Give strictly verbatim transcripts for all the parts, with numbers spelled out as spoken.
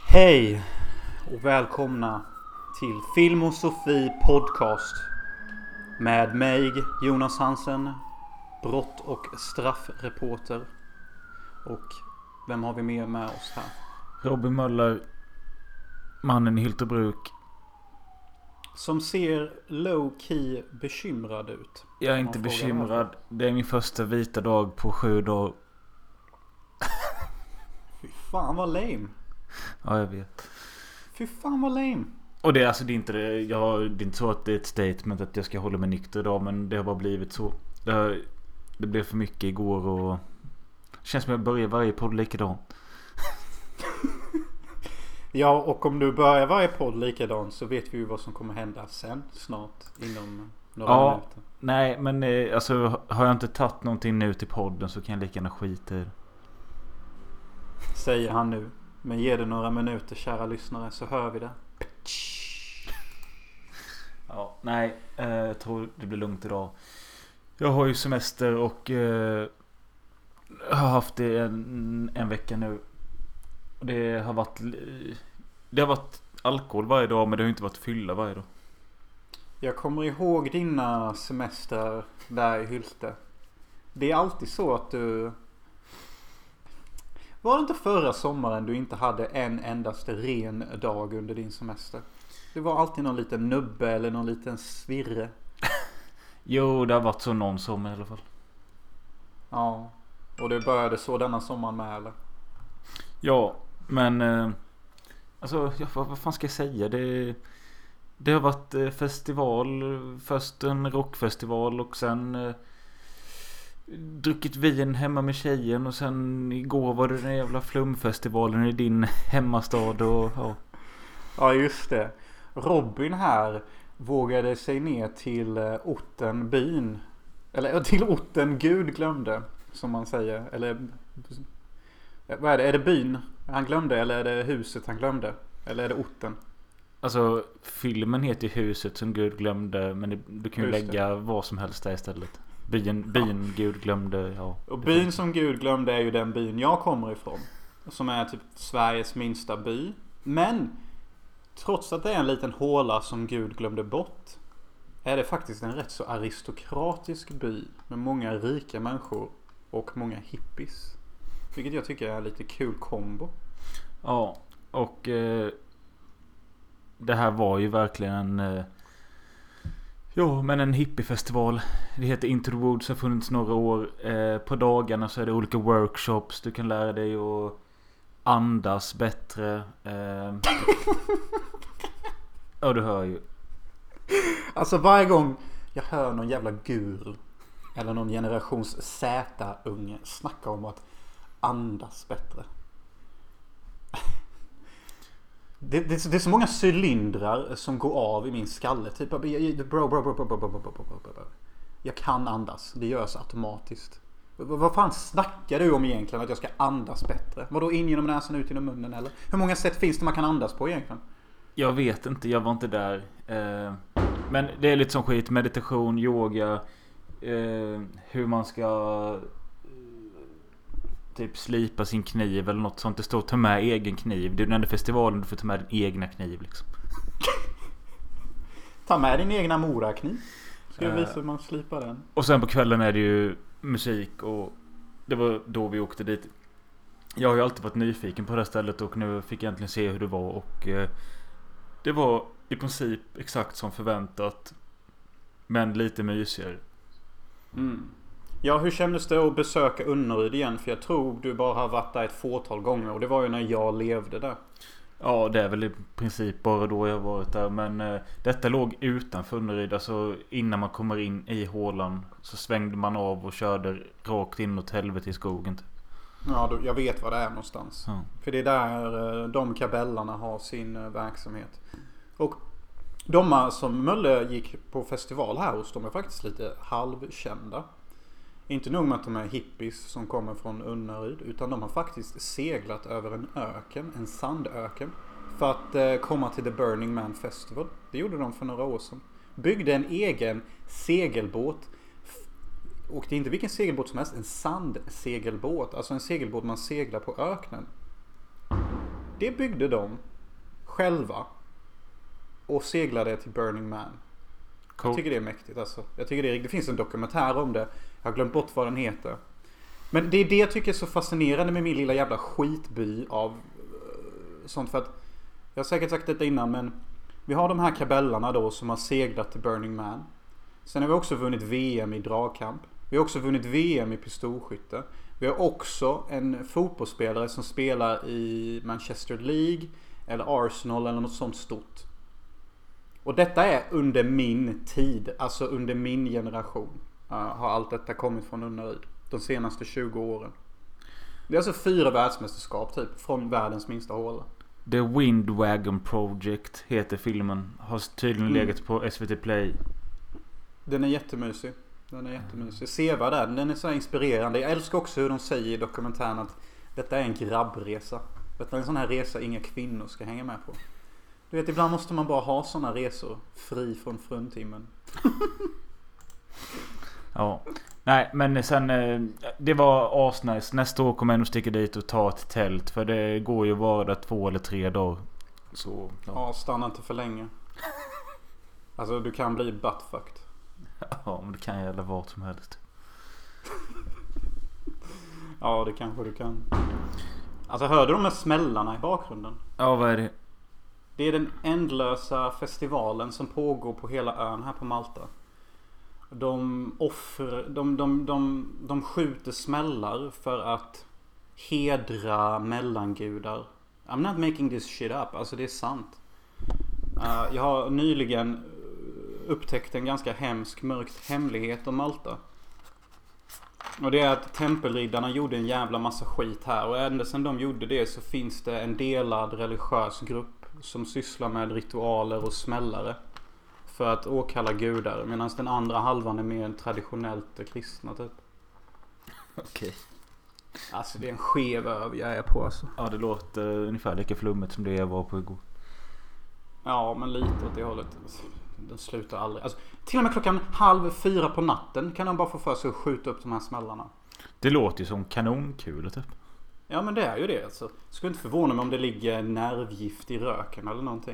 Hej och välkomna till Film och Sofie podcast med mig Jonas Hansen, brott- och straffreporter. Och vem har vi med med oss här? Robin Möller, mannen i Hyltebruk. Som ser low-key bekymrad ut. Jag är inte bekymrad. Det är min första vita dag på sju dagar. Fy fan vad lame. Ja, jag vet. Fy fan vad lame. Och det är alltså det är inte det. Jag har, det är inte så att det är ett statement att jag ska hålla mig nykter idag, men det har bara blivit så. Det, har, det blev för mycket igår och det känns som jag börjar varje podd likadant. Ja, och om du börjar varje podd likadant så vet vi ju vad som kommer hända sen snart inom några ja, minuter. Nej, men eh, alltså har jag inte tagit någonting nu till podden så kan jag lika gärna skita i det. Säger han nu. Men ge det några minuter, kära lyssnare, så hör vi det. Ja, nej, eh, jag tror det blir lugnt idag. Jag har ju semester och eh, har haft det en, en vecka nu. Det har varit Det har varit alkohol varje dag, men det har inte varit fylla varje dag. Jag kommer ihåg dina semester där i Hylte. Det är alltid så att du... Var det inte förra sommaren du inte hade en endaste ren dag under din semester? Det var alltid någon liten nubbe eller någon liten svirre. Jo, det har varit så någon sommar i alla fall. Ja, och det började så denna sommaren med, eller? Ja, men eh, alltså, ja, vad, vad fan ska jag säga? Det, det har varit eh, festival. Först en rockfestival och sen eh, druckit vin hemma med tjejen. Och sen igår var det den jävla flumfestivalen i din hemmastad. Och, ja. Ja, just det. Robin här vågade sig ner till orten byn. Eller till orten Gud glömde, som man säger. Eller vad är det? Är det byn han glömde eller är det huset han glömde? Eller är det orten? Alltså, filmen heter ju Huset som Gud glömde. Men det, du kan ju Just lägga det. Vad som helst där istället. Byn, byn ja. Gud glömde, ja. Och byn som Gud glömde är ju den byn jag kommer ifrån. Som är typ Sveriges minsta by. Men trots att det är en liten håla som Gud glömde bort, är det faktiskt en rätt så aristokratisk by med många rika människor och många hippies. Vilket jag tycker är en lite kul kombo. Ja, och eh, det här var ju verkligen en eh, jo, men en hippiefestival. Det heter Into the Woods, har funnits några år. Eh, på dagarna så är det olika workshops. Du kan lära dig att andas bättre. Eh, ja, du hör ju. Alltså varje gång jag hör någon jävla guru eller någon generations Z-unge snacka om att andas bättre. Det, det, det är så många cylindrar som går av i min skalle. Typ bro, bro, bro, bro, bro, bro, bro, bro, bro. Jag kan andas. Det görs automatiskt. Vad fan snackar du om egentligen att jag ska andas bättre? Vadå, in genom näsan, ut genom munnen eller? Hur många sätt finns det man kan andas på egentligen? Jag vet inte, jag var inte där. Eh, men det är lite som skit. Meditation, yoga. Eh, hur man ska typ slipa sin kniv eller något sånt. Det står ta med egen kniv. Det är den enda festivalen du får ta med din egna kniv liksom. Ta med din egna morakniv. Ska jag visa hur man slipar den. Och sen på kvällen är det ju musik. Och det var då vi åkte dit. Jag har ju alltid varit nyfiken på det här stället. Och nu fick jag äntligen se hur det var. Och eh, det var i princip exakt som förväntat. Men lite mysigare. Mm. Ja, hur kändes det att besöka Unneryd igen? För jag tror du bara har varit där ett fåtal gånger. Och det var ju när jag levde där. Ja, det är väl i princip bara då jag varit där. Men eh, detta låg utanför Unneryd. Alltså innan man kommer in i hålan så svängde man av och körde rakt in åt helvete i skogen. Ja, då, jag vet vad det är någonstans. Ja. För det är där de kabellarna har sin verksamhet. Och de som Mölle gick på festival här hos, de är faktiskt lite halvkända. Inte nog med att de är hippies som kommer från Unneryd, utan de har faktiskt seglat över en öken, en sandöken, för att eh, komma till The Burning Man Festival. Det gjorde de för några år sedan. Byggde en egen segelbåt. Och det är inte vilken segelbåt som helst, en sandsegelbåt. Alltså en segelbåt man seglar på öknen. Det byggde de själva och seglade till Burning Man. Cool. Jag tycker det är mäktigt alltså. Jag tycker det, är, det finns en dokumentär om det. Jag har glömt bort vad den heter. Men det är det jag tycker är så fascinerande med min lilla jävla skitby av sånt. För att jag har säkert sagt detta innan, men vi har de här kabellarna då som har seglat till Burning Man. Sen har vi också vunnit V M i dragkamp. Vi har också vunnit V M i pistolskytte. Vi har också en fotbollsspelare som spelar i Manchester League eller Arsenal eller något sånt stort. Och detta är under min tid, alltså under min generation. Uh, har allt detta kommit från Unnaryd de senaste tjugo åren. Det är alltså fyra världsmästerskap typ från världens minsta håla. The Windwagon Project heter filmen. Har tydligen mm. legat på S V T Play. Den är jättemysig. Den är jättemysig. Seva den. Den är så inspirerande. Jag älskar också hur de säger i dokumentären att detta är en grabbresa. Detta är en sån här resa inga kvinnor ska hänga med på. Du vet, ibland måste man bara ha såna resor fri från fruntimmen. Ja. Nej, men sen det var asnice. Nästa år kommer jag nog sticka dit och ta ett tält. För det går ju vara där två eller tre dagar. Så, ja. ja, stanna inte för länge. Alltså, du kan bli buttfucked. Ja, men det kan gälla vad som helst. Ja, det kanske du kan. Alltså, hör du de här smällarna i bakgrunden? Ja, vad är det? Det är den ändlösa festivalen som pågår på hela ön här på Malta. De offer, de, de, de, de skjuter smällar för att hedra mellangudar. I'm not making this shit up. Alltså det är sant. Uh, jag har nyligen upptäckt en ganska hemsk, mörkt hemlighet om Malta. Och det är att tempelriddarna gjorde en jävla massa skit här. Och ända sedan de gjorde det så finns det en delad religiös grupp som sysslar med ritualer och smällare. För att åkalla gudar. Medan den andra halvan är mer traditionellt kristna typ. Okej. Okay. Alltså det är en skev öv jag är på alltså. Ja, det låter ungefär lika flummet som det jag var på igår. Ja, men lite åt det hållet. Den slutar aldrig. Alltså, till och med klockan halv fyra på natten kan de bara få för sig att skjuta upp de här smällarna. Det låter ju som kanonkul typ. Ja, men det är ju det alltså. Skulle inte förvåna mig om det ligger nervgift i röken eller någonting.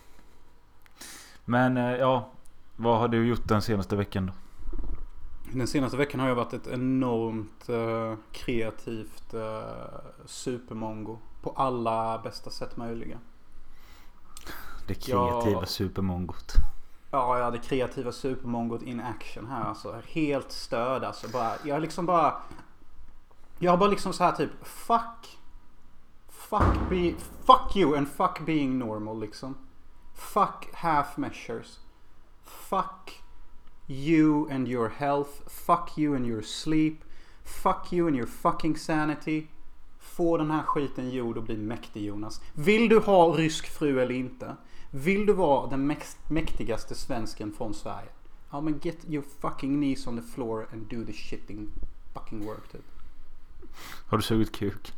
Men ja, vad har du gjort den senaste veckan då? Den senaste veckan har jag varit ett enormt uh, kreativt uh, supermongo. På alla bästa sätt möjliga. Det kreativa jag... supermongot. Ja, ja, det kreativa supermongot in action här alltså. Helt störd alltså. Bara, jag har liksom bara... Jag har bara liksom så här typ, fuck. Fuck, be, fuck you and fuck being normal liksom. Fuck half measures. Fuck you and your health. Fuck you and your sleep. Fuck you and your fucking sanity. Få den här skiten gjord och bli mäktig, Jonas. Vill du ha rysk fru eller inte? Vill du vara den mäktigaste svensken från Sverige? Ja, men get your fucking knees on the floor and do the shitting fucking work typ. Har du sugit kuk?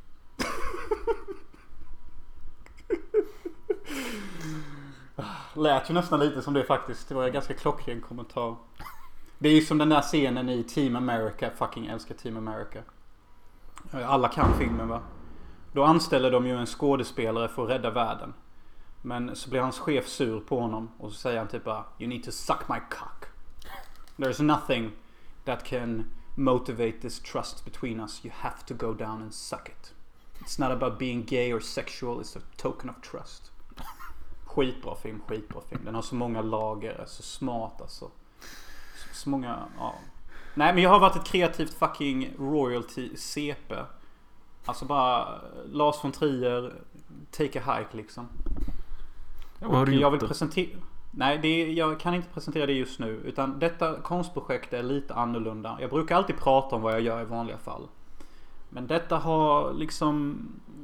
Lät ju nästan lite som det faktiskt. Det var en ganska klockren kommentar. Det är ju som den där scenen i Team America. Fucking älskar Team America. Alla kan filmen va? Då anställer de ju en skådespelare för att rädda världen. Men så blir hans chef sur på honom. Och så säger han typ bara, you need to suck my cock. There's nothing that can motivate this trust between us. You have to go down and suck it. It's not about being gay or sexual. It's a token of trust. Skitbra film, skitbra film. Den har så många lager, så smart alltså. Så, så många, ja. Nej, men jag har varit ett kreativt fucking royalty C P. Alltså bara Lars von Trier, take a hike liksom. Ja, vad har du gjort jag vill då? presentera. Nej, det är, jag kan inte presentera det just nu. Utan detta konstprojekt är lite annorlunda. Jag brukar alltid prata om vad jag gör i vanliga fall. Men detta har liksom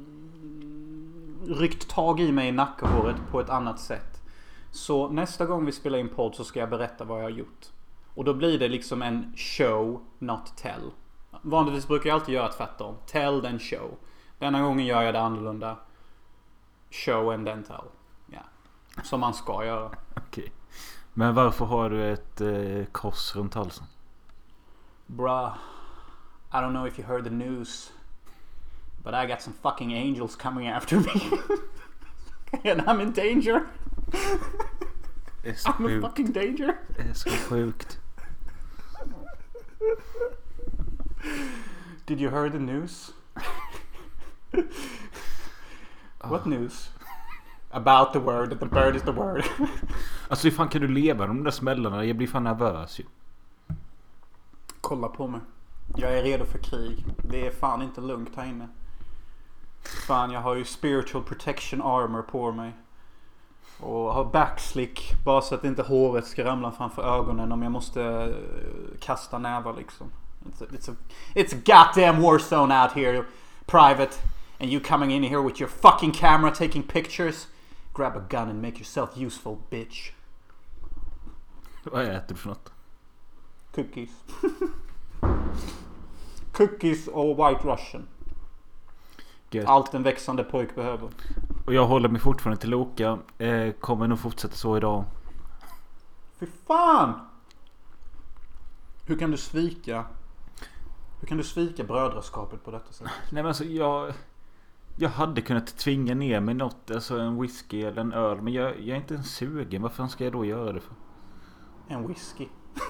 ryckt tag i mig i nackehåret på ett annat sätt. Så nästa gång vi spelar in podd så ska jag berätta vad jag har gjort. Och då blir det liksom en show, not tell. Vanligtvis brukar jag alltid göra tvärtom. Tell then show. Denna gången gör jag det annorlunda. Show and then tell. Ja. Som man ska göra. Okej. Men varför har du ett eh, kors runt halsen? Bruh. I don't know if you heard the news. But I got some fucking angels coming after me. And I'm in danger. Det är så I'm sjukt. in fucking danger. Det är så sjukt. Did you hear the news? What news? About the word, that the bird is the word. Alltså hur fan kan du leva de där smällarna? Jag blir fan nervös ju. Kolla på mig. Jag är redo för krig. Det är fan inte lugnt här inne. Fan, jag har ju spiritual protection armor på mig. Och har backslick. Bara så att inte håret ska ramla framför ögonen om jag måste uh, kasta nävar liksom. It's a, it's a, it's a goddamn war zone out here, private. And you coming in here with your fucking camera taking pictures. Grab a gun and make yourself useful, bitch. Vad äter du för något? Cookies. Cookies och White Russian. Gött. Allt en växande pojk behöver. Och jag håller mig fortfarande till Loka. Eh, kommer nog fortsätta så idag. Fy fan! Hur kan du svika? Hur kan du svika brödraskapet på detta sätt? Nej men alltså jag... Jag hade kunnat tvinga ner mig något. Alltså en whisky eller en öl. Men jag, jag är inte ens sugen. Vad fan ska jag då göra det för? En whisky.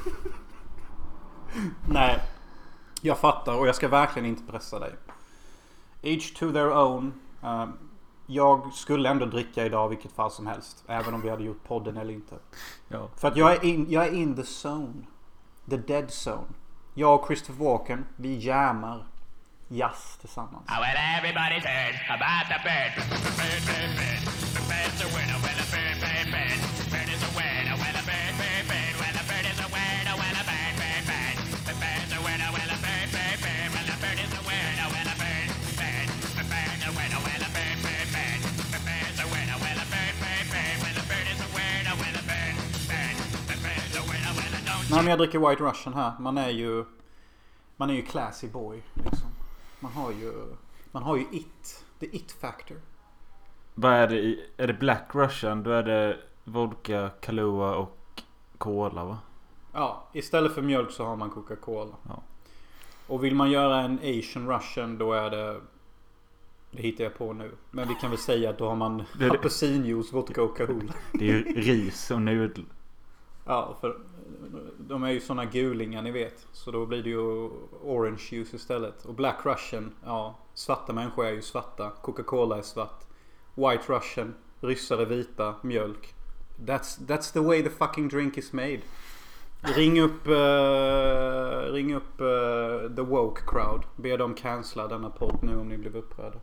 Nej. Jag fattar och jag ska verkligen inte pressa dig. Each to their own. Uh, jag skulle ändå dricka idag vilket fall som helst. Även om vi hade gjort podden eller inte. Ja. För att jag är in, jag är in the zone. The dead zone. Jag och Christopher Walken, vi jammar jazz tillsammans. I want everybody's heard about the bird. Bird, bird, bird. The bird's a winner when the bird, bird, bird. Bird is a winner when the bird, bird, bird. When the bird is a winner when the bird, bird, bird. The bird's a winner when the bird, bird, bird. When the bird is a winner when the bird, bird. The bird's a winner when the bird, bird, bird. The bird's a winner when the bird, bird, bird. When the bird is a winner when the bird, bird. The bird's a winner when the don't. Nej, men jag dricker White Russian här. Man är ju Man är ju classy boy liksom. Man har ju Man har ju it. The it factor. Vad är det i? Är det Black Russian? Då är det vodka, Kahlua och cola va? Ja, istället för mjölk så har man Coca-Cola. Ja. Och vill man göra en Asian Russian då är det Det hittar jag på nu. Men vi kan väl säga att då har man det, apelsinjuice, vodka och Kahlua. Det är ju ris och nudel. Ja, för de är ju såna gulingar ni vet. Så då blir det ju orange juice istället. Och Black Russian, ja, svarta människor är ju svarta. Coca-Cola är svart. White Russian, ryssar är vita, mjölk. That's, that's the way the fucking drink is made. Ring upp uh, Ring upp uh, the woke crowd. Be dem cancella denna podd nu om ni blev upprörda.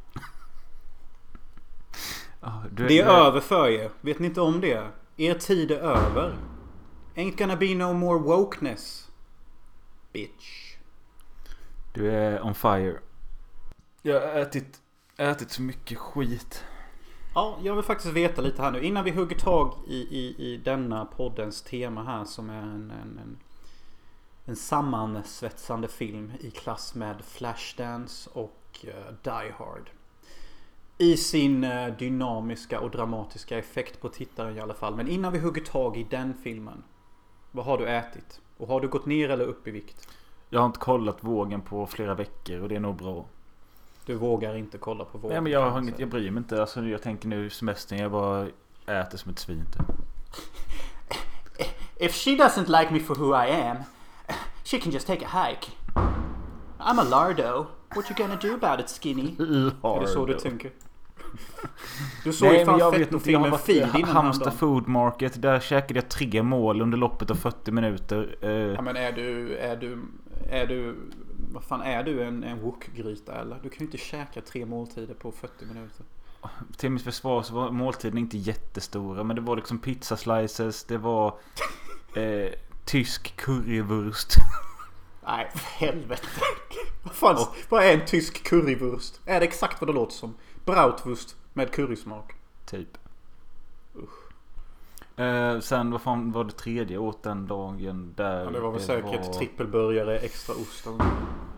Oh, du, Det är du, över för er. Vet ni inte om det? Er tid är över. Ain't gonna be no more wokeness. Bitch. du är on fire. Jag har ätit, ätit så mycket skit. Ja, jag vill faktiskt veta lite här nu. Innan vi hugger tag i, i, i denna poddens tema här som är en, en, en, en sammansvetsande film i klass med Flashdance och uh, Die Hard. I sin uh, dynamiska och dramatiska effekt på tittaren i alla fall. Men innan vi hugger tag i den filmen. Vad har du ätit? Och har du gått ner eller upp i vikt? Jag har inte kollat vågen på flera veckor och det är nog bra. Du vågar inte kolla på vågen. Nej men jag har inget, jag bryr mig inte. Alltså, jag tänker nu semestern, jag bara äter som ett svin. If she doesn't like me for who I am, she can just take a hike. I'm a lardo. What you gonna do about it, skinny? Är det så du tänker? Du såg ju fan fett och filmen Feed innan Halmstad Food Market. Där käkade jag tre mål under loppet av fyrtio minuter. uh, Ja men är du Är du Är du Vad fan är du en, en wok-gryta eller? Du kan ju inte käka tre måltider på fyrtio minuter. Till mitt försvar så var måltiden inte jättestora. Men det var liksom pizza slices. Det var eh, tysk currywurst. Nej, för helvete. Vad fan, vad är en tysk currywurst? Är det exakt vad det låter som? Brautwurst med currysmak. Typ. Eh, sen vad fan var det tredje åt den dagen där? Ja, det var väl det säkert var... trippelburgare, extra ost. Uh...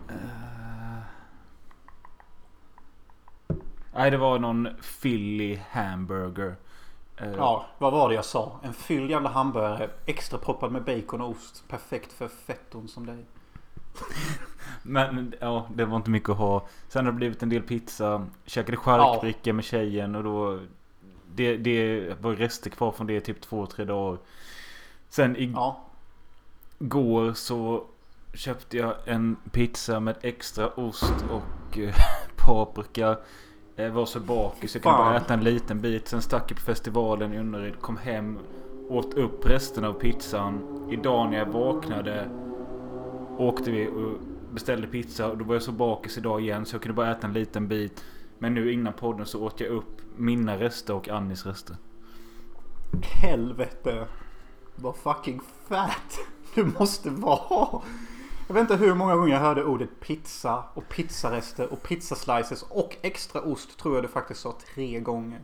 Nej, det var någon Philly hamburger. Uh... Ja, vad var det jag sa? En fylld jävla hamburgare, extra proppad med bacon och ost. Perfekt för fetton som dig. Men ja, det var inte mycket att ha. Sen har det blivit en del pizza. Käkade charkbricka ja. med tjejen. Och då det, det var rester kvar från det typ två, tre dagar. Sen igår ja. så köpte jag en pizza med extra ost och eh, paprika. Jag var så bakis så jag kunde bara äta en liten bit. Sen stack jag på festivalen i Unnaryd. Kom hem, åt upp resten av pizzan. Idag när jag vaknade åkte vi och beställde pizza. Och då var jag så bakis idag igen så jag kunde bara äta en liten bit. Men nu innan podden så åt jag upp mina rester och Annis rester. Helvete. Vad fucking fat du måste vara. Jag vet inte hur många gånger jag hörde ordet pizza och pizzarester och pizzaslices och extra ost tror jag du faktiskt sa tre gånger.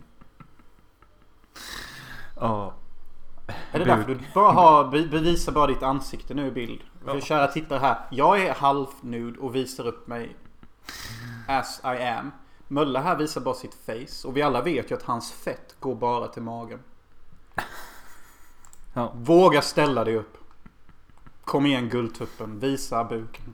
Ja. Är det därför du bara har bevisar bara ditt ansikte nu i bild? För ja. Kära tittare här. Jag är halvnud och visar upp mig as I am. Mölla här visar bara sitt face. Och vi alla vet ju att hans fett går bara till magen. Ja. Våga ställa dig upp. Kom igen guldtuppen. Visa buken.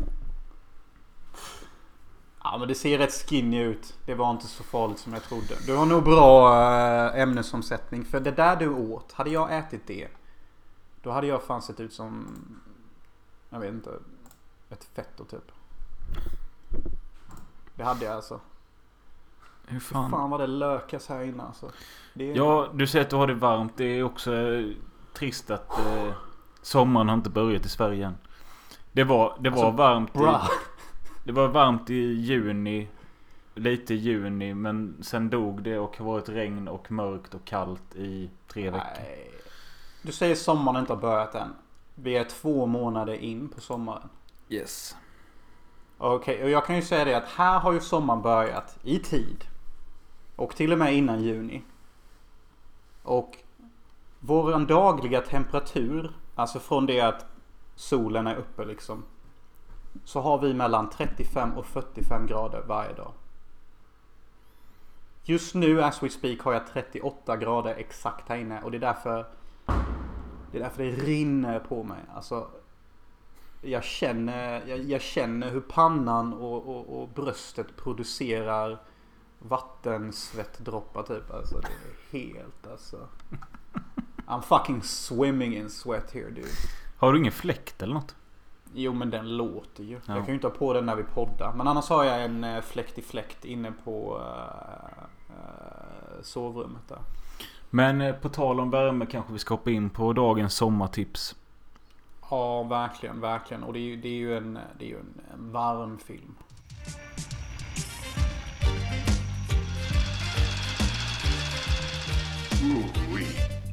Ja men det ser rätt skinny ut. Det var inte så farligt som jag trodde. Du har nog bra ämnesomsättning. För det där du åt. Hade jag ätit det. Då hade jag fan sett ut som. Jag vet inte. Ett fetto typ. Det hade jag alltså. Hur fan? Hur fan var det lökas här inne alltså. Det är... Ja du säger att du har det varmt. Det är också trist att eh, sommaren har inte börjat i Sverige än. Det var, det var alltså, varmt i, det var varmt i juni. Lite i juni. Men sen dog det och har varit regn och mörkt och kallt i tre veckor. Nej. Du säger sommaren inte har börjat än. Vi är två månader in på sommaren. Yes. Okej, okay, och jag kan ju säga det att här har ju sommaren börjat i tid. Och till och med innan juni. Och vår dagliga temperatur, alltså från det att solen är uppe liksom, så har vi mellan trettiofem och fyrtiofem grader varje dag. Just nu as we speak har jag trettioåtta grader exakt här inne. Och det är därför det är därför det rinner på mig. Alltså jag känner, jag, jag känner hur pannan och, och, och bröstet producerar vattensvettdroppar typ. Alltså det är helt alltså. I'm fucking swimming in sweat here dude. Har du ingen fläkt eller något? Jo men den låter ju. Ja. Jag kan ju inte ha på den när vi poddar. Men annars har jag en uh, fläktig fläkt inne på uh, uh, sovrummet där. Men uh, på tal om värme kanske vi ska hoppa in på dagens sommartips. Ja verkligen, verkligen. Och det är ju, det är ju, en, det är ju en, en varm film. Ooh-wee.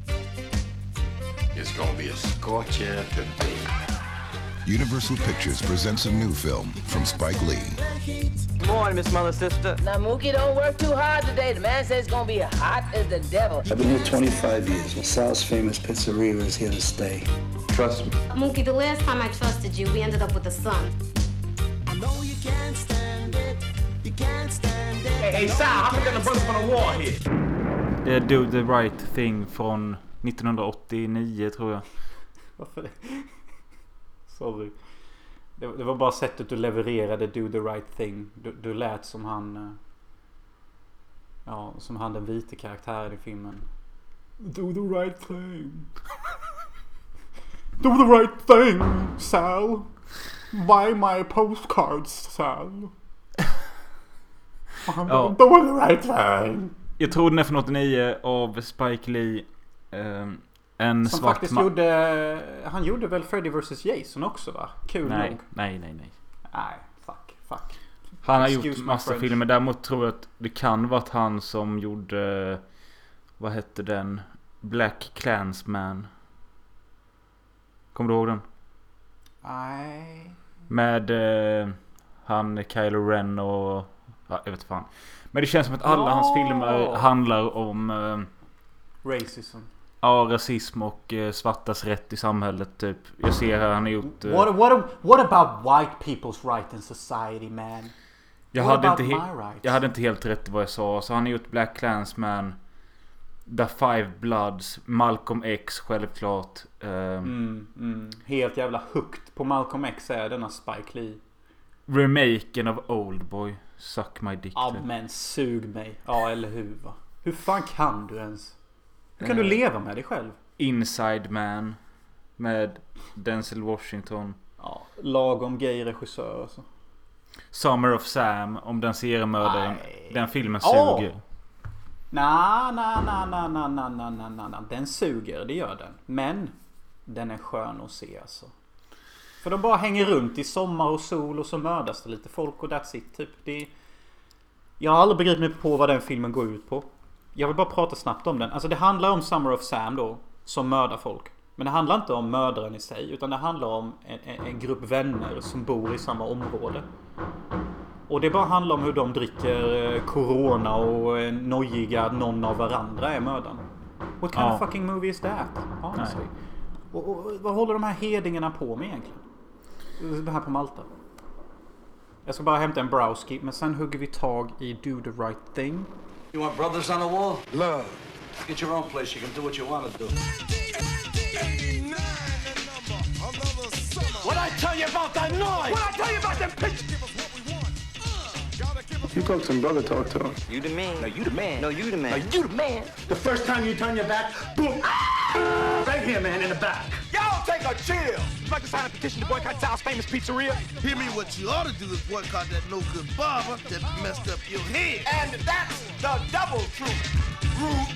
It's gonna be a scorcher today. Universal Pictures presents a new film from Spike Lee. Good morning, Miss Mother Sister. Now, Mookie, don't work too hard today. The man says it's gonna be hot as the devil. I've been here twenty-five years. Sal's famous pizzeria is here to stay. Trust me. Mookie, the last time I trusted you, we ended up with a son. I know you can't stand it. You can't stand it. Hey, hey Sal, how we gonna bring from the war here? Det är Do the Right Thing från nittonhundraåttionio tror jag. Varför det? Sorry. Det, det var bara sättet du levererade Do the Right Thing. Du, du lät som han. Ja, som han den vita karaktären i filmen. Do the right thing. Do the right thing, Sal. Buy my postcards, Sal. Ja. Do the right thing. Jag tror den är från åttionio av Spike Lee. Um, en som svart faktiskt ma- gjorde. Han gjorde väl Freddy versus. Jason också va? Kul nej, nog. nej, nej, nej. Nej, fuck, fuck. Han har Excuse gjort my massa French. filmer. Däremot tror jag att det kan vara han som gjorde. Vad hette den? Black Klansman. Kommer du ihåg den? Nej. Med eh, han Kylo Ren och ja, jag vet fan. Men det känns som att alla Ja. hans filmer handlar om eh, Racism. ja, rasism och eh, svartas rätt i samhället typ. Jag ser här han har gjort eh, What, what, what about white people's right in society, man? jag, what hade about inte my he- rights? jag hade inte helt rätt i vad jag sa. Så han har gjort Black Klansman, The Five Bloods, Malcolm X självklart. Eh, Mm, mm. Helt jävla hooked på Malcolm X är denna Spike Lee. remaken av Oldboy. Suck my dick. Ja, men sug mig. Ja, eller hur va? Hur fan kan du ens? Hur kan uh, du leva med dig själv? Inside Man. Med Denzel Washington. Ja, lagom gay regissör alltså. Summer of Sam. Om den seriemördaren. Den filmen oh. suger. Na, na, na, na, na, na, na, na, na, na. Den suger, det gör den. Men den är skön att se alltså. För de bara hänger runt i sommar och sol och så mördas det lite folk och that's it typ. Det är... Jag har aldrig begripit mig på vad den filmen går ut på. Jag vill bara prata snabbt om den. Alltså det handlar om Summer of Sam då, som mördar folk. Men det handlar inte om mördaren i sig, utan det handlar om en, en, en grupp vänner som bor i samma område. Och det bara handlar om hur de dricker corona och är nojiga någon av varandra är mördaren. What kind ja. of fucking movie is that? Honestly. Och, och, och vad håller de här hedingarna på med egentligen? Det här på Malta. Jag ska bara hämta en browski, men sen hugger vi tag i Do the Right Thing. You want brothers on the wall? Love. Get your own place. You can do what you want to do. What I tell you about that noise? What I tell you about them pictures? You talk to him, brother. Talk to him. You the man. No, you the man. No, you the man. No, you the man. The first time you turn your back, boom! Ah! Right here, man, in the back. Y'all take a chill. You like to sign a petition to boycott Sal's famous pizzeria? Hear me, what you ought to do is boycott that no-good barber that messed up your head. And that's the double truth. Rude.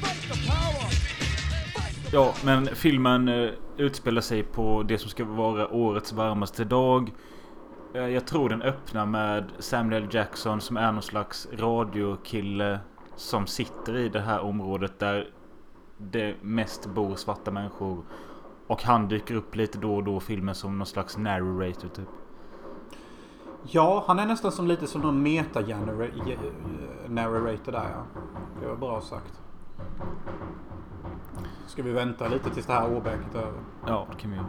Ja, men filmen eh, utspelar sig på det som ska vara årets varmaste dag. Eh, jag tror den öppnar med Samuel Jackson som är någon slags radiokille som sitter i det här området där det mest bor svarta människor. Och han dyker upp lite då och då i filmen som någon slags narrator typ. Ja, han är nästan som lite som någon meta-narrator där, ja. Det var bra sagt. Ska vi vänta lite tills det här årbäket är över? Ja, det kan vi göra.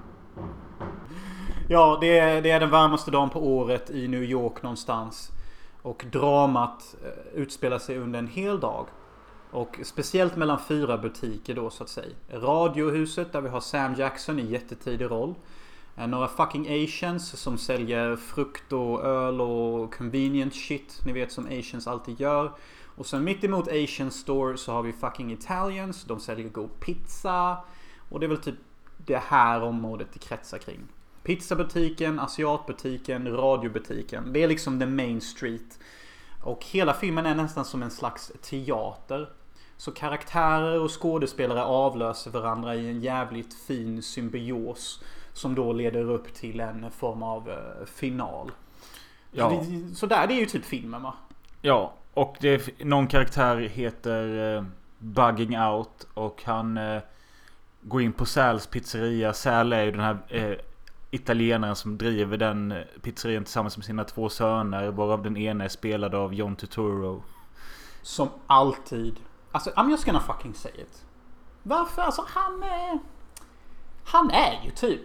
Ja, det är, det är den varmaste dagen på året i New York någonstans. Och dramat eh, utspelar sig under en hel dag. Och speciellt mellan fyra butiker då så att säga. Radiohuset där vi har Sam Jackson i jättetidig roll. Eh, några fucking Asians som säljer frukt och öl och convenient shit. Ni vet som Asians alltid gör. Och sen mitt emot Asian Store så har vi fucking Italians. De säljer god pizza. Och det är väl typ det här området det kretsar kring. Pizzabutiken, asiatbutiken, radiobutiken. Det är liksom the main street. Och hela filmen är nästan som en slags teater. Så karaktärer och skådespelare avlöser varandra i en jävligt fin symbios. Som då leder upp till en form av uh, final. Ja. Så, det, så där, det är ju typ filmen va? Ja, och det är, någon karaktär heter uh, Bugging Out. Och han uh, går in på Sal's pizzeria. Sal är ju den här uh, italienaren som driver den pizzerian tillsammans med sina två söner. Varav den ena är spelad av John Turturro. Som alltid. Alltså, I'm just gonna fucking say it. Varför? Alltså, han är... Han är ju typ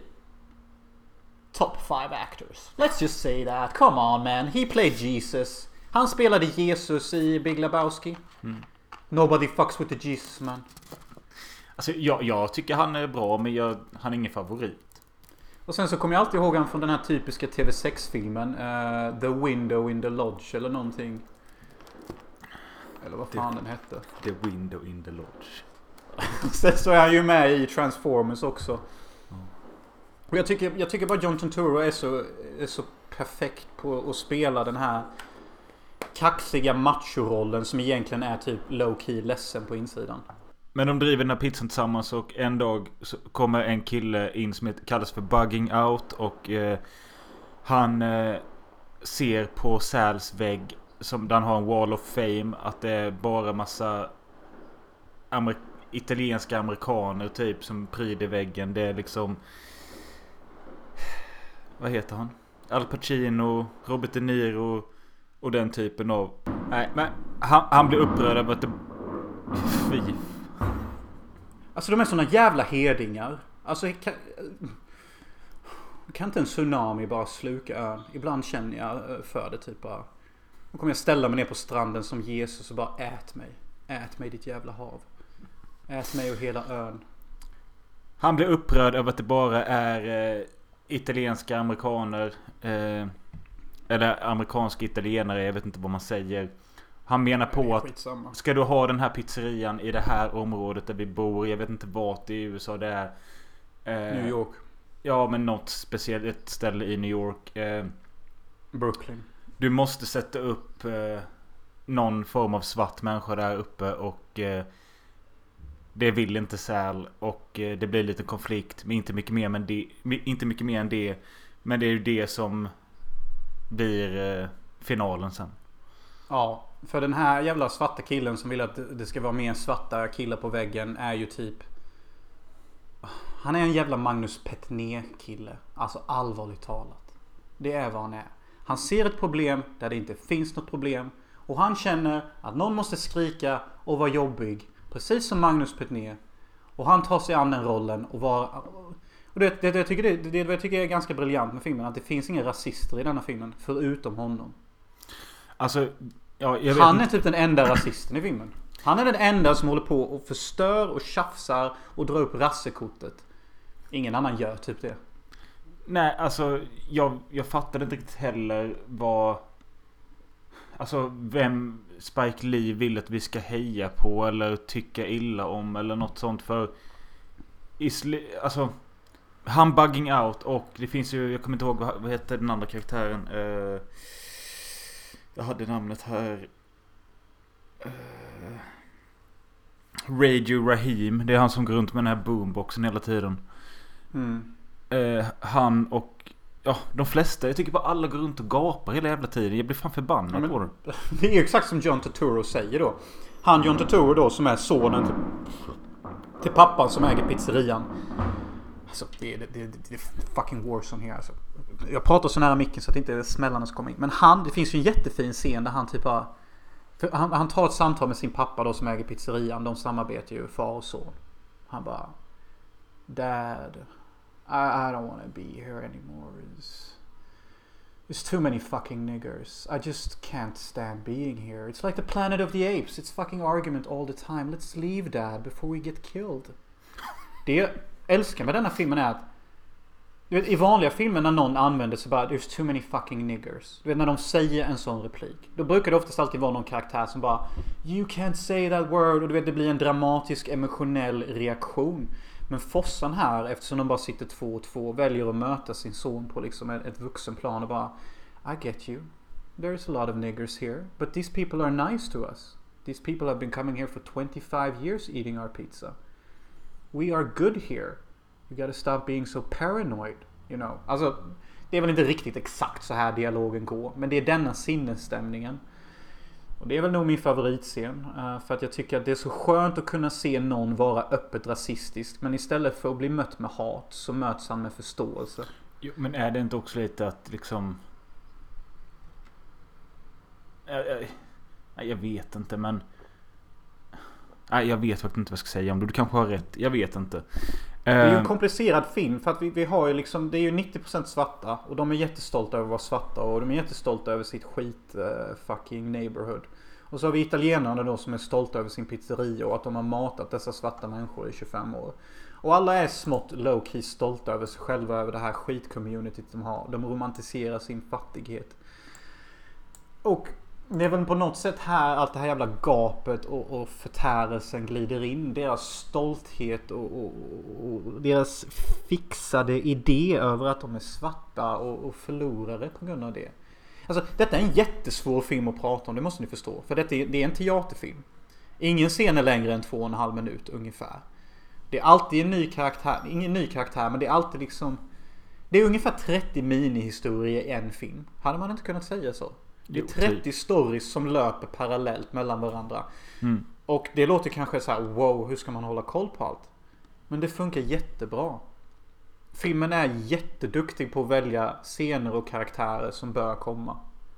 top five actors. Let's just say that. Come on man. He played Jesus. Han spelade Jesus i Big Lebowski. Mm. Nobody fucks with the Jesus man. Alltså, jag, jag tycker han är bra, men jag, han är ingen favorit. Och sen så kommer jag alltid ihåg han från den här typiska T V sex-filmen. Uh, The Window in the Lodge eller någonting. Eller vad fan the, den hette. The Window in the Lodge. Sen så är han ju med i Transformers också. Mm. Och jag tycker, jag tycker bara John Turturro är så, är så perfekt på att spela den här kaxiga macho-rollen som egentligen är typ low-key ledsen på insidan. Men de driver den här pizzan tillsammans och en dag så kommer en kille in som heter, kallas för Bugging Out och eh, han eh, ser på Sal's vägg som där han har en wall of fame att det är bara massa amer- italienska amerikaner typ som pryder väggen. Det är liksom, vad heter han? Al Pacino, Robert De Niro och den typen av, nej men han, han blir upprörd över att det, fy. Alltså de är såna jävla hedingar. Alltså kan, kan inte en tsunami bara sluka ön? Ibland känner jag för det typ bara. Då kommer jag ställa mig ner på stranden som Jesus och bara ät mig. Ät mig ditt jävla hav. Ät mig och hela ön. Han blir upprörd över att det bara är eh, italienska amerikaner. Eh, eller amerikansk italienare, jag vet inte vad man säger. Han menar på att skitsamma. Ska du ha den här pizzerian i det här området där vi bor, jag vet inte vart i U S A det är. Eh, New York. Ja, men något speciellt, ett ställe i New York. Eh, Brooklyn. Du måste sätta upp eh, någon form av svart människa där uppe och eh, det vill inte Sal och eh, det blir lite konflikt, men inte mycket mer men det, inte mycket mer än det. Men det är ju det som blir eh, finalen sen. Ja, för den här jävla svarta killen som vill att det ska vara mer svarta killar på väggen är ju typ... Han är en jävla Magnus Petné-kille. Alltså allvarligt talat. Det är vad han är. Han ser ett problem där det inte finns något problem. Och han känner att någon måste skrika och vara jobbig. Precis som Magnus Petné. Och han tar sig an den rollen och vara... Och det, det, det, jag tycker det, det, det jag tycker är ganska briljant med filmen. Att det finns inga rasister i denna filmen. Förutom honom. Alltså... Ja, jag vet han inte. är typ den enda rasisten i filmen. Han är den enda som håller på och förstör och tjafsar och drar upp rassekortet. Ingen annan gör typ det. Nej, alltså jag, jag fattade inte riktigt heller vad... Alltså vem Spike Lee vill att vi ska heja på eller tycka illa om eller något sånt. För isli, alltså han bugging out och det finns ju, jag kommer inte ihåg vad, vad heter den andra karaktären. Uh, jag hade namnet här. Uh, Radio Rahim. Det är han som går runt med den här boomboxen hela tiden. Mm. Uh, han och ja, de flesta, jag tycker bara alla går runt och gapar hela jävla tiden. Jag blir fan förbannad ja, men, på det. Det är ju exakt som John Turturro säger då. Han John Turturro då som är sonen till, till pappan som äger pizzerian. Alltså det är, det, det, det är fucking Warzone här alltså. Jag pratar så nära micken så att inte smällarna ska komma in. Men han, det finns ju en jättefin scen där han typ bara, han, han tar ett samtal med sin pappa då som äger pizzerian. De samarbetar ju, far och son. Han bara, Dad, I, I don't want to be here anymore. It's, there's too many fucking niggers. I just can't stand being here. It's like the Planet of the Apes. It's fucking argument all the time. Let's leave, Dad, before we get killed. Det jag älskar med denna filmen är att du vet, i vanliga filmer när någon använder sig bara there's too many fucking niggers. Du vet när de säger en sån replik. Då brukar det oftast alltid vara någon karaktär som bara you can't say that word. Och du vet det blir en dramatisk emotionell reaktion. Men Fossan här, eftersom de bara sitter två och två, väljer att möta sin son på liksom ett vuxenplan och bara I get you. There's a lot of niggers here. But these people are nice to us. These people have been coming here for twenty-five years eating our pizza. We are good here. You gotta stop being so paranoid. You know. Alltså, det är väl inte riktigt exakt så här dialogen går. Men det är denna sinnesstämningen. Och det är väl nog min favoritscen. Uh, för att jag tycker att det är så skönt att kunna se någon vara öppet rasistisk. Men istället för att bli mött med hat så möts han med förståelse. Jo, men är det inte också lite att liksom... Jag, jag, jag vet inte, men... Nej, jag vet faktiskt inte vad jag ska säga om det. Du kanske har rätt. Jag vet inte. Det är ju en komplicerad film för att vi, vi har ju liksom, det är ju nittio procent svarta och de är jättestolta över att vara svarta och de är jättestolta över sitt skit uh, fucking neighborhood. Och så har vi italienarna då som är stolta över sin pizzeria och att de har matat dessa svarta människor i tjugofem år. Och alla är smått low-key stolta över sig själva, över det här skit-communityt de har. De romantiserar sin fattighet. Och det är väl på något sätt här allt det här jävla gapet och, och förtärelsen glider in. Deras stolthet och, och, och deras fixade idé över att de är svarta och, och förlorare på grund av det. Alltså detta är en jättesvår film att prata om, det måste ni förstå. För detta är, det är en teaterfilm. Ingen scen är längre än två och en halv minut ungefär. Det är alltid en ny karaktär, ingen ny karaktär men det är alltid liksom... Det är ungefär trettio minihistorier i en film. Hade man inte kunnat säga så? Det är trettio stories som löper parallellt mellan varandra. Mm. Och det låter kanske så här: wow, hur ska man hålla koll på allt? Men det funkar jättebra. Filmen är jätteduktig på att välja scener och karaktärer som bör komma.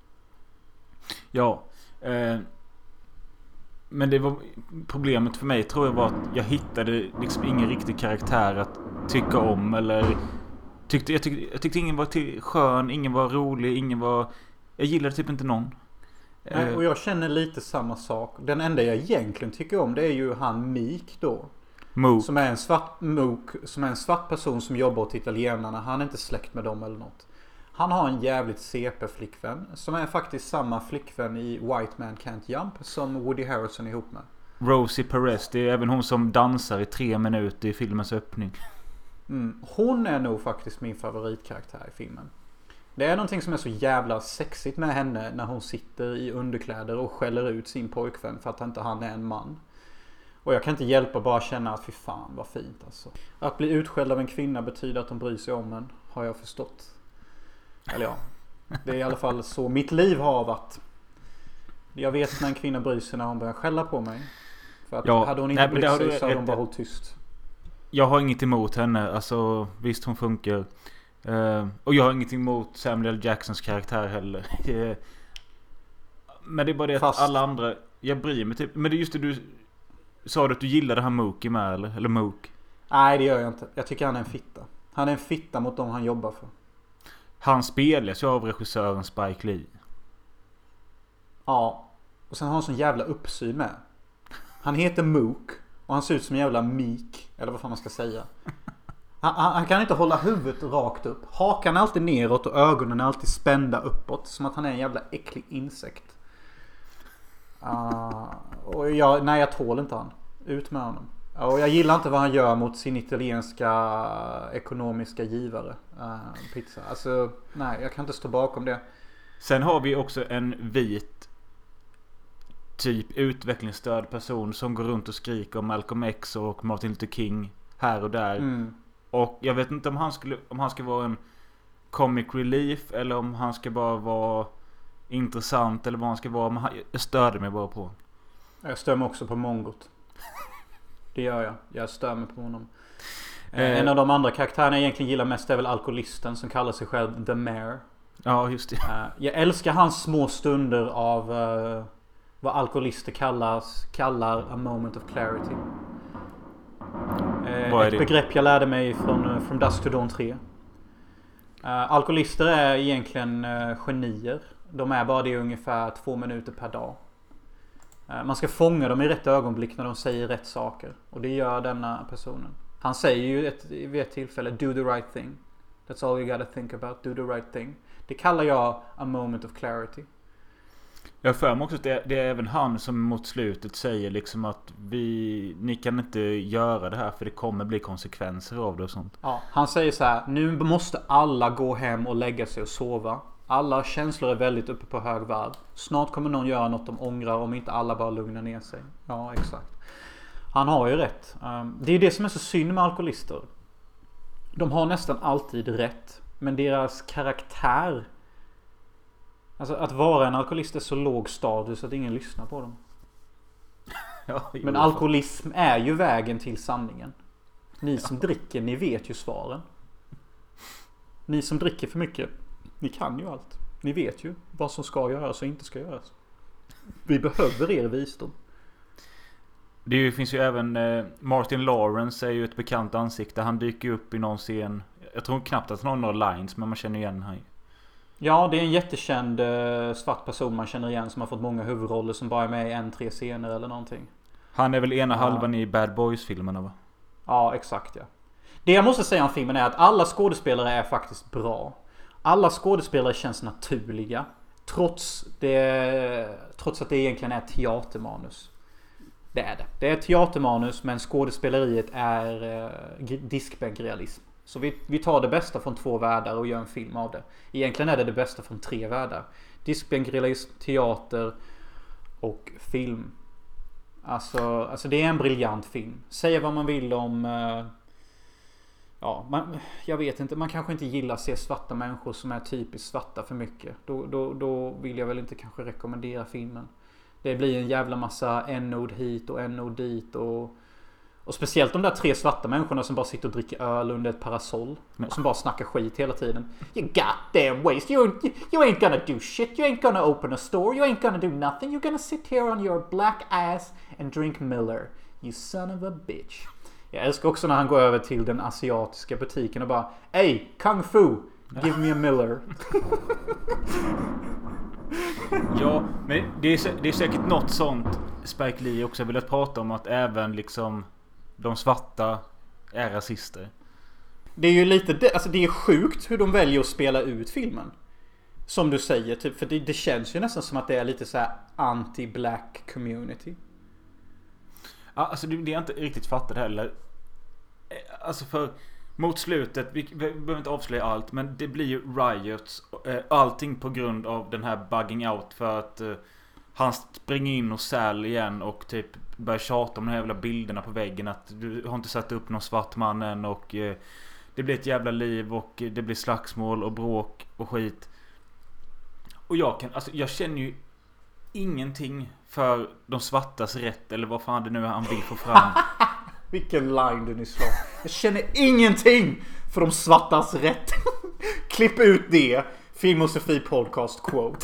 Ja. Eh, men det var problemet för mig tror jag var att jag hittade liksom ingen riktig karaktär att tycka om. Eller tyckte, jag, tyckte, jag tyckte ingen var till skön, ingen var rolig, ingen var... Jag gillar typ inte någon. Nej, och jag känner lite samma sak. Den enda jag egentligen tycker om det är ju han Meek då. Mook. Som är en svart Mook, som är en svart person som jobbar åt italienarna. Han är inte släkt med dem eller något. Han har en jävligt C P-flickvän som är faktiskt samma flickvän i White Man Can't Jump som Woody Harrelson är ihop med. Rosie Perez, det är även hon som dansar i tre minuter i filmens öppning. Mm. Hon är nog faktiskt min favoritkaraktär i filmen. Det är någonting som är så jävla sexigt med henne när hon sitter i underkläder och skäller ut sin pojkvän för att inte han är en man. Och jag kan inte hjälpa bara känna att fy fan vad fint alltså. Att bli utskälld av en kvinna betyder att de bryr sig om en, har jag förstått. Eller ja, det är i alla fall så mitt liv har varit. Jag vet när en kvinna bryr sig när hon börjar skälla på mig. För att ja, hade hon inte brytt sig så hade hon bara hållit tyst. Jag har inget emot henne. Alltså visst hon funkar. Uh, och jag har ingenting emot Samuel L. Jacksons karaktär heller. uh, Men det är bara det Fast... att alla andra, jag bryr mig typ. Men det är just det du sa du att du gillade han Mookie med eller? Eller Mook? Nej det gör jag inte. Jag tycker han är en fitta. Han är en fitta mot dem han jobbar för. Han spelas ju av regissören Spike Lee. Ja. Och sen har han sån jävla uppsyn med. Han heter Mook. Och han ser ut som en jävla mik. Eller vad fan man ska säga. Han, han, han kan inte hålla huvudet rakt upp. Hakan är alltid neråt och ögonen är alltid spända uppåt. Som att han är en jävla äcklig insekt. Uh, och jag, nej jag tål inte han. Ut med honom. Och jag gillar inte vad han gör mot sin italienska ekonomiska givare. Uh, pizza. Alltså nej jag kan inte stå bakom det. Sen har vi också en vit typ utvecklingsstörd person som går runt och skriker om Malcolm X och Martin Luther King här och där. Mm. Och jag vet inte om han skulle om han ska vara en comic relief eller om han ska bara vara intressant eller vad han ska vara. Men jag störde mig bara på. Jag stör mig också på Mongot. Det gör jag. Jag stör mig på honom. Eh, en av de andra karaktärerna jag egentligen gillar mest är väl alkoholisten som kallar sig själv The Mayor. Ja, just det. Eh, jag älskar hans små stunder av uh, vad alkoholister kallas, kallar a moment of clarity. Eh, ett det? begrepp jag lärde mig från uh, From Dusk to Dawn tre. Uh, alkoholister är egentligen uh, genier. De är bara det ungefär två minuter per dag. Uh, man ska fånga dem i rätt ögonblick när de säger rätt saker. Och det gör denna personen. Han säger ju ett, vid ett tillfälle do the right thing. That's all you gotta think about. Do the right thing. Det kallar jag a moment of clarity. Jag för mig också att det, det är även han som mot slutet säger liksom att vi, ni kan inte göra det här för det kommer bli konsekvenser av det och sånt. Ja, han säger så här: nu måste alla gå hem och lägga sig och sova. Alla känslor är väldigt uppe på hög varv. Snart kommer någon göra något de ångrar om inte alla bara lugnar ner sig. Ja, exakt. Han har ju rätt. Det är det som är så synd med alkoholister. De har nästan alltid rätt. Men deras karaktär, alltså att vara en alkoholist är så låg status att ingen lyssnar på dem. Ja, men alkoholism är ju vägen till sanningen. Ni som ja. dricker, ni vet ju svaren. Ni som dricker för mycket, ni kan ju allt. Ni vet ju vad som ska göras och inte ska göras. Vi behöver er visdom. Det finns ju även eh, Martin Lawrence är ju ett bekant ansikte. Han dyker upp i någon scen. Jag tror knappt att han har några lines, men man känner igen han. Ja, det är en jättekänd eh, svart person man känner igen som har fått många huvudroller som bara är med i en, tre scener eller någonting. Han är väl ena ja. halvan i Bad Boys-filmerna, va? Ja, exakt, ja. Det jag måste säga om filmen är att alla skådespelare är faktiskt bra. Alla skådespelare känns naturliga. Trots, det, trots att det egentligen är teatermanus. Det är det. Det är teatermanus, men skådespeleriet är eh, diskbänkrealism. Så vi, vi tar det bästa från två världar och gör en film av det. Egentligen är det det bästa från tre världar. Diskbänkrealism, teater och film. Alltså, alltså det är en briljant film. Säga vad man vill om... Eh, ja, man, jag vet inte. Man kanske inte gillar att se svarta människor som är typiskt svarta för mycket. Då, då, då vill jag väl inte kanske rekommendera filmen. Det blir en jävla massa n-ord hit och n-ord dit och, och speciellt de där tre svarta människorna som bara sitter och dricker öl under ett parasoll och som bara snackar skit hela tiden. You goddamn waste, you, you ain't gonna do shit, you ain't gonna open a store, you ain't gonna do nothing, you're gonna sit here on your black ass and drink Miller, you son of a bitch. Jag älskar också när han går över till den asiatiska butiken och bara hey, kung fu, give me a Miller. Ja, men det är, det är säkert något sånt Spike Lee också velat prata om, att även liksom de svarta är rasister. Det är ju lite det, alltså det är sjukt hur de väljer att spela ut filmen. Som du säger, typ, för det, det känns ju nästan som att det är lite så här anti-black community. Ja, alltså det, det är inte riktigt fattat heller. Alltså för mot slutet, vi, vi behöver inte avslöja allt, men det blir ju riots, allting på grund av den här bugging out, för att uh, han springer in och Sal igen och typ börjar tjata om de här jävla bilderna på väggen, att du har inte satt upp någon svart man än, och uh, det blir ett jävla liv och det blir slagsmål och bråk och skit. Och jag kan, alltså jag känner ju ingenting för de svartas rätt, eller vad fan det nu är han vill få fram. Vilken line du nyss slår. Jag känner ingenting för de svartas rätt. Klipp ut det. Film och Sofie podcast quote.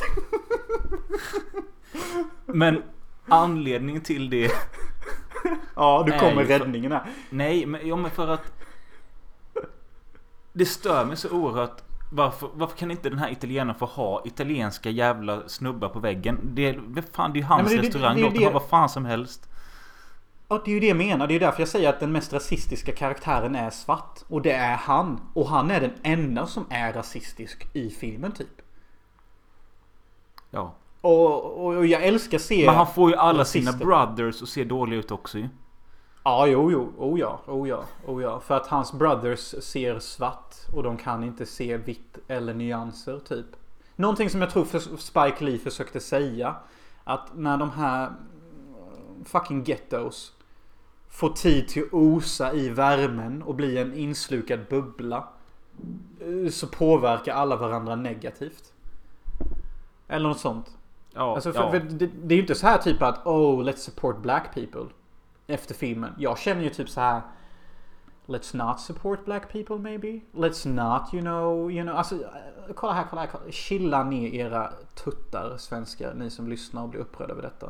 Men anledningen till det. Ja, du kommer för, räddningen här. Nej, men, ja, men för att det stör mig så oerhört. Varför, varför kan inte den här italienaren få ha italienska jävla snubbar på väggen? Det är, fan, det är hans Nej, det, restaurang. Det, det, det, det, Låt dem ha vad fan som helst. Ja, det är ju det jag menar. Det är därför jag säger att den mest rasistiska karaktären är svart. Och det är han. Och han är den enda som är rasistisk i filmen typ. Ja. Och, och, och jag älskar se. Men han får ju alla rasister. Sina brothers att se dåliga ut också ju. Ja, jo, jo. Oh ja, oh ja, oh ja. För att hans brothers ser svart. Och de kan inte se vitt eller nyanser typ. Någonting som jag tror för Spike Lee försökte säga. Att när de här fucking ghettos får tid till att osa i värmen och bli en inslukad bubbla, så påverkar alla varandra negativt. Eller något sånt. Ja, alltså för, ja. för det, det är ju inte så här typ att oh, let's support black people efter filmen. Jag känner ju typ så här: let's not support black people maybe. Let's not, you know, you know. Alltså, kolla här, kolla här. Kolla. Chilla ner era tuttar, svenskar, ni som lyssnar och blir upprörda över detta.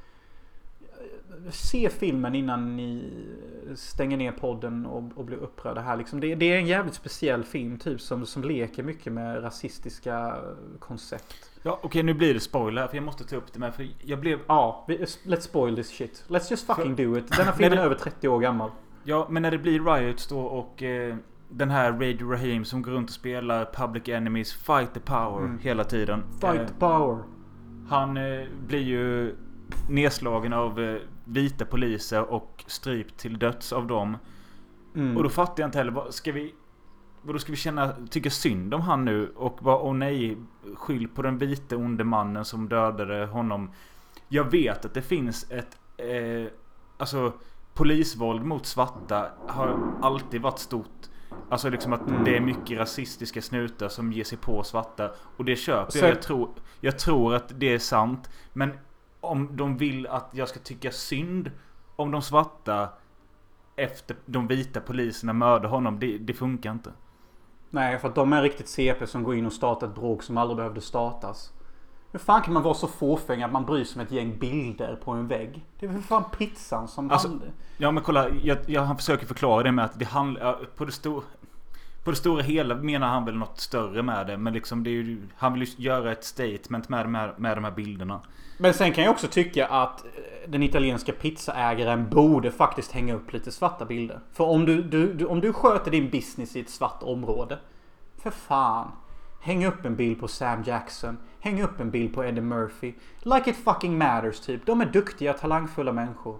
Se filmen innan ni stänger ner podden och, och blir upprörda här. Liksom det, det är en jävligt speciell film typ som, som leker mycket med rasistiska koncept. Ja, okej, okay, nu blir det spoiler för jag måste ta upp det med, för jag blev... Ja, let's spoil this shit. Let's just fucking för... do it. Denna filmen är över trettio år gammal. Ja, men när det blir riots då och eh, den här Radio Raheem som går runt och spelar Public Enemies Fight the Power mm. hela tiden. Fight eh, the Power. Han eh, blir ju nedslagen av eh, vita poliser och strypt till döds av dem. Mm. Och då fattar jag inte heller, vad ska vi vad ska vi känna, tycka synd om han nu och bara, åh nej, skyll på den vita onde mannen som dödade honom. Jag vet att det finns ett eh, alltså polisvåld mot svarta har alltid varit stort. Alltså liksom att mm. det är mycket rasistiska snutar som ger sig på svarta, och det köper Så... jag. Jag tror, jag tror att det är sant, men om de vill att jag ska tycka synd om de svarta efter de vita poliserna mördar honom, det, det funkar inte. Nej, för att de är riktigt C P som går in och startar ett bråk som aldrig behövde startas. Hur fan kan man vara så fåfäng att man bryr sig om ett gäng bilder på en vägg? Det är för fan pizzan som alltså, handlar. Ja, men kolla, jag, jag försöker förklara det med att det handlar på det stora på det stora hela menar han väl något större med det, men liksom det är ju, han vill ju göra ett statement med, med, med de här bilderna. Men sen kan jag också tycka att den italienska pizzaägaren borde faktiskt hänga upp lite svarta bilder. För om du, du, du, om du sköter din business i ett svart område, för fan, häng upp en bild på Sam Jackson, häng upp en bild på Eddie Murphy. Like it fucking matters typ. De är duktiga, talangfulla människor.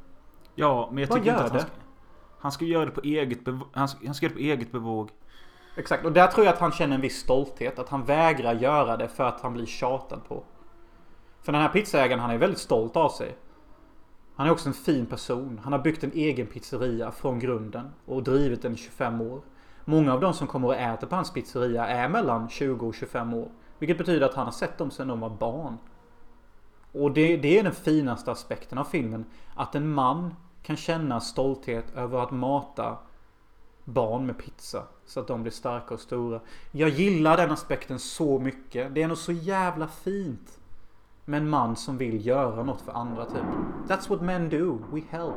Ja, men jag Vad tycker gör inte att han det? ska, han ska göra det på eget bev- han, ska, han ska göra det på eget bevåg. Exakt, och där tror jag att han känner en viss stolthet, att han vägrar göra det för att han blir tjatad på. För den här pizzaägaren, han är väldigt stolt av sig. Han är också en fin person. Han har byggt en egen pizzeria från grunden och drivit den i tjugofem år. Många av de som kommer och äter på hans pizzeria är mellan tjugo och tjugofem år. Vilket betyder att han har sett dem sedan de var barn. Och det, det är den finaste aspekten av filmen. Att en man kan känna stolthet över att mata barn med pizza så att de blir starka och stora. Jag gillar den aspekten så mycket. Det är nog så jävla fint. med en man som vill göra något för andra typ. That's what men do. We help.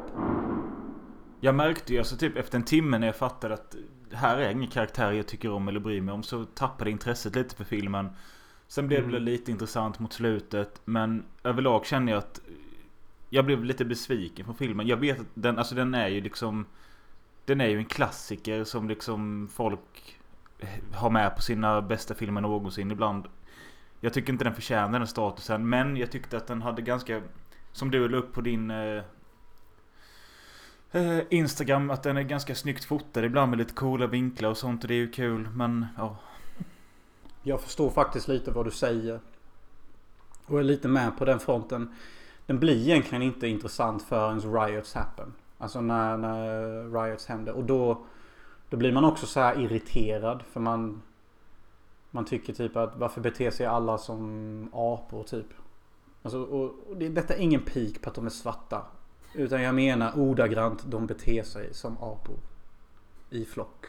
Jag märkte ju alltså typ efter en timme när jag fattade att här är ingen karaktär jag tycker om eller bryr mig om, så tappade intresset lite för filmen. Sen blev mm. det lite intressant mot slutet, men överlag känner jag att jag blev lite besviken på filmen. Jag vet att den, alltså den är ju liksom den är ju en klassiker som liksom folk har med på sina bästa filmer någonsin ibland. Jag tycker inte den förtjänar den statusen, men jag tyckte att den hade ganska, som du la upp på din eh, eh, Instagram, att den är ganska snyggt fotad ibland med lite coola vinklar och sånt, och det är ju kul, men ja. Jag förstår faktiskt lite vad du säger och är lite med på den fronten. Den blir egentligen inte intressant förrän riots happen. Alltså när, när riots händer. Och då, då blir man också så här irriterad. För man, man tycker typ att varför beter sig alla som apor typ. Alltså, och, och det, detta är ingen pik på att de är svarta. Utan jag menar ordagrant, de beter sig som apor. I flock.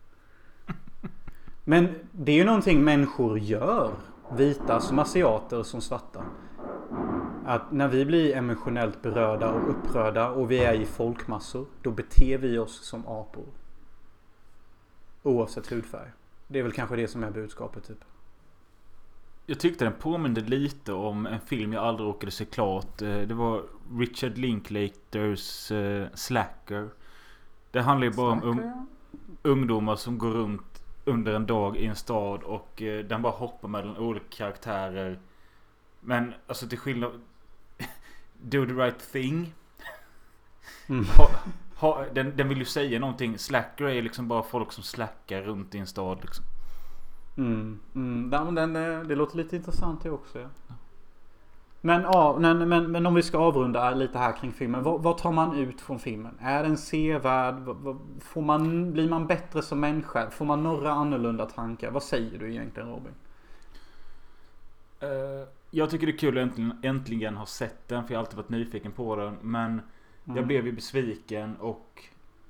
Men det är ju någonting människor gör. Vita som asiater som svarta. Att när vi blir emotionellt berörda och upprörda och vi är i folkmassor, då beter vi oss som apor. Oavsett hudfärg. Det är väl kanske det som är budskapet typ. Jag tyckte den påminde lite om en film jag aldrig råkade se klart. Det var Richard Linklaters uh, Slacker. Det handlar ju bara om um, ungdomar som går runt under en dag i en stad och uh, den bara hoppar mellan olika karaktärer. Men alltså till skillnad Do the right thing. Mm. Ha, ha, den, den vill ju säga någonting. Slacker är liksom bara folk som slackar runt i en stad liksom. Mm, mm. Den, den, det låter lite intressant det också, ja. Men, ja, men, men, men om vi ska avrunda lite här kring filmen, vad, vad tar man ut från filmen? Är den sevärd? Får man, blir man bättre som människa? Får man några annorlunda tankar? Vad säger du egentligen, Robin? Uh, jag tycker det är kul att äntligen, äntligen ha sett den, för jag har alltid varit nyfiken på den. Men mm. jag blev ju besviken, och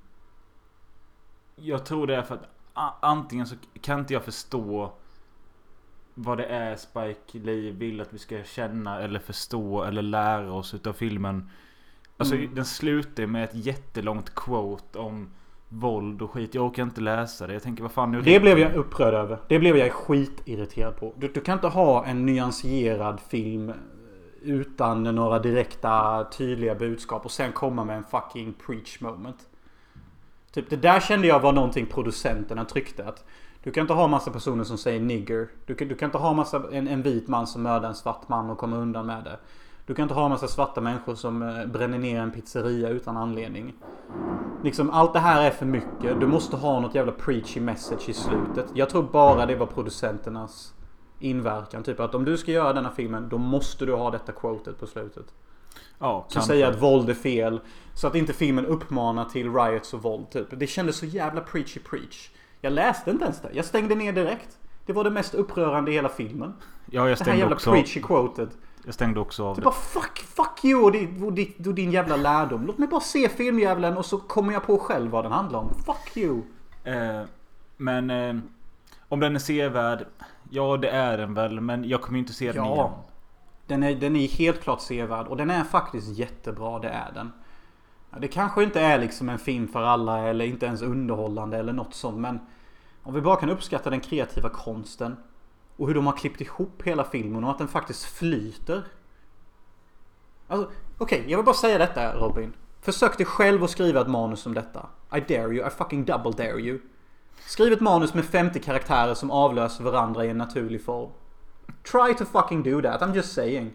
jag tror det är för att antingen så kan inte jag förstå vad det är Spike Lee vill att vi ska känna eller förstå eller lära oss utav filmen. Alltså mm. den slutar med ett jättelångt quote om våld och skit. Jag orkar inte läsa det. Jag tänker, vad fan nu. Det blev jag upprörd över. Det blev jag skitirriterad på. Du, du kan inte ha en nyanserad film utan några direkta tydliga budskap och sen komma med en fucking preach moment. Typ det där kände jag var någonting producenterna tryckte, att du kan inte ha massa personer som säger nigger. Du kan, du kan inte ha massa, en, en vit man som mördar en svart man och kommer undan med det. Du kan inte ha massa svarta människor som eh, bränner ner en pizzeria utan anledning. Liksom allt det här är för mycket. Du måste ha något jävla preachy message i slutet. Jag tror bara det var producenternas inverkan. Typ att om du ska göra denna filmen, då måste du ha detta quotet på slutet. Ja, som säger att våld är fel. Så att inte filmen uppmanar till riots och våld typ. Det kändes så jävla preachy preach. Jag läste inte ens det. Jag stängde ner direkt. Det var det mest upprörande i hela filmen. Ja, jag stängde det här jävla också preachy quotet. Jag stängde också av det. det. Bara fuck, fuck you och din, och, din, och din jävla lärdom. Låt mig bara se filmjävlen och så kommer jag på själv vad den handlar om. Fuck you. Eh, men eh, om den är sevärd, ja det är den väl. Men jag kommer inte se den ja. igen. Den är, den är helt klart sevärd. Och den är faktiskt jättebra, det är den. Det kanske inte är liksom en film för alla eller inte ens underhållande eller något sånt. Men om vi bara kan uppskatta den kreativa konsten och hur de har klippt ihop hela filmen och att den faktiskt flyter. Alltså, okej, okay, jag vill bara säga detta, Robin. Försök dig själv att skriva ett manus som detta. I dare you, I fucking double dare you. Skriv ett manus med femtio karaktärer som avlöser varandra i en naturlig form. Try to fucking do that, I'm just saying.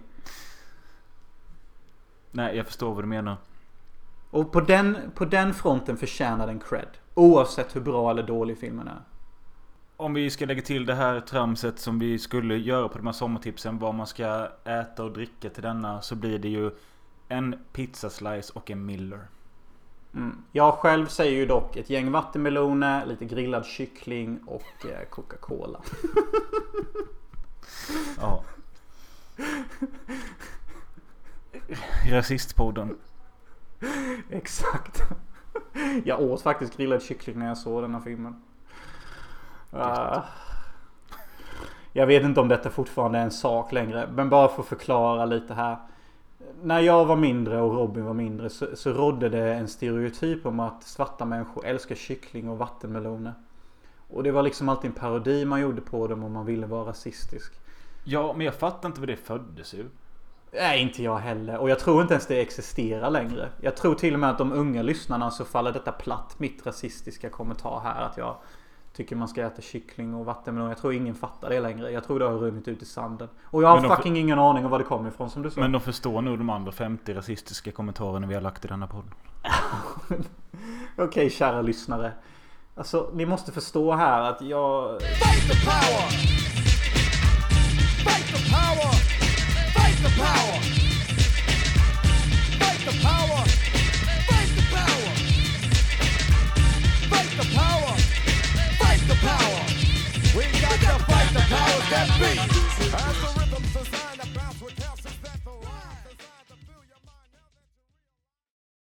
Nej, jag förstår vad du menar. Och på den, på den fronten förtjänar den cred. Oavsett hur bra eller dålig filmen är. Om vi ska lägga till det här tramset som vi skulle göra på de här sommartipsen, vad man ska äta och dricka till denna, så blir det ju en pizzaslice och en Miller. Mm. Jag själv säger ju dock ett gäng vattenmeloner, lite grillad kyckling och eh, Coca-Cola. Ja. Rasistpodden. Exakt. Jag åt faktiskt grillad kyckling när jag såg den här filmen. Uh, jag vet inte om detta fortfarande är en sak längre, men bara för att förklara lite här. När jag var mindre och Robin var mindre så, så rådde det en stereotyp om att svarta människor älskar kyckling och vattenmeloner. Och det var liksom alltid en parodi man gjorde på dem om man ville vara rasistisk. Ja, men jag fattar inte vad det föddes ur. Nej, inte jag heller. Och jag tror inte ens det existerar längre. Jag tror till och med att de unga lyssnarna så faller detta platt. Mitt rasistiska kommentar här. Att jag tycker man ska äta kyckling och vattenmelon. Jag tror ingen fattar det längre. Jag tror det har runnit ut i sanden. Och jag har fucking ingen aning om var det kommer ifrån, som du sa. Men de förstår nog de andra femtio rasistiska kommentarerna vi har lagt i denna podd. Okej, okay, kära lyssnare. Alltså, ni måste förstå här att jag... Fight the power! Fight the power! Fight the power!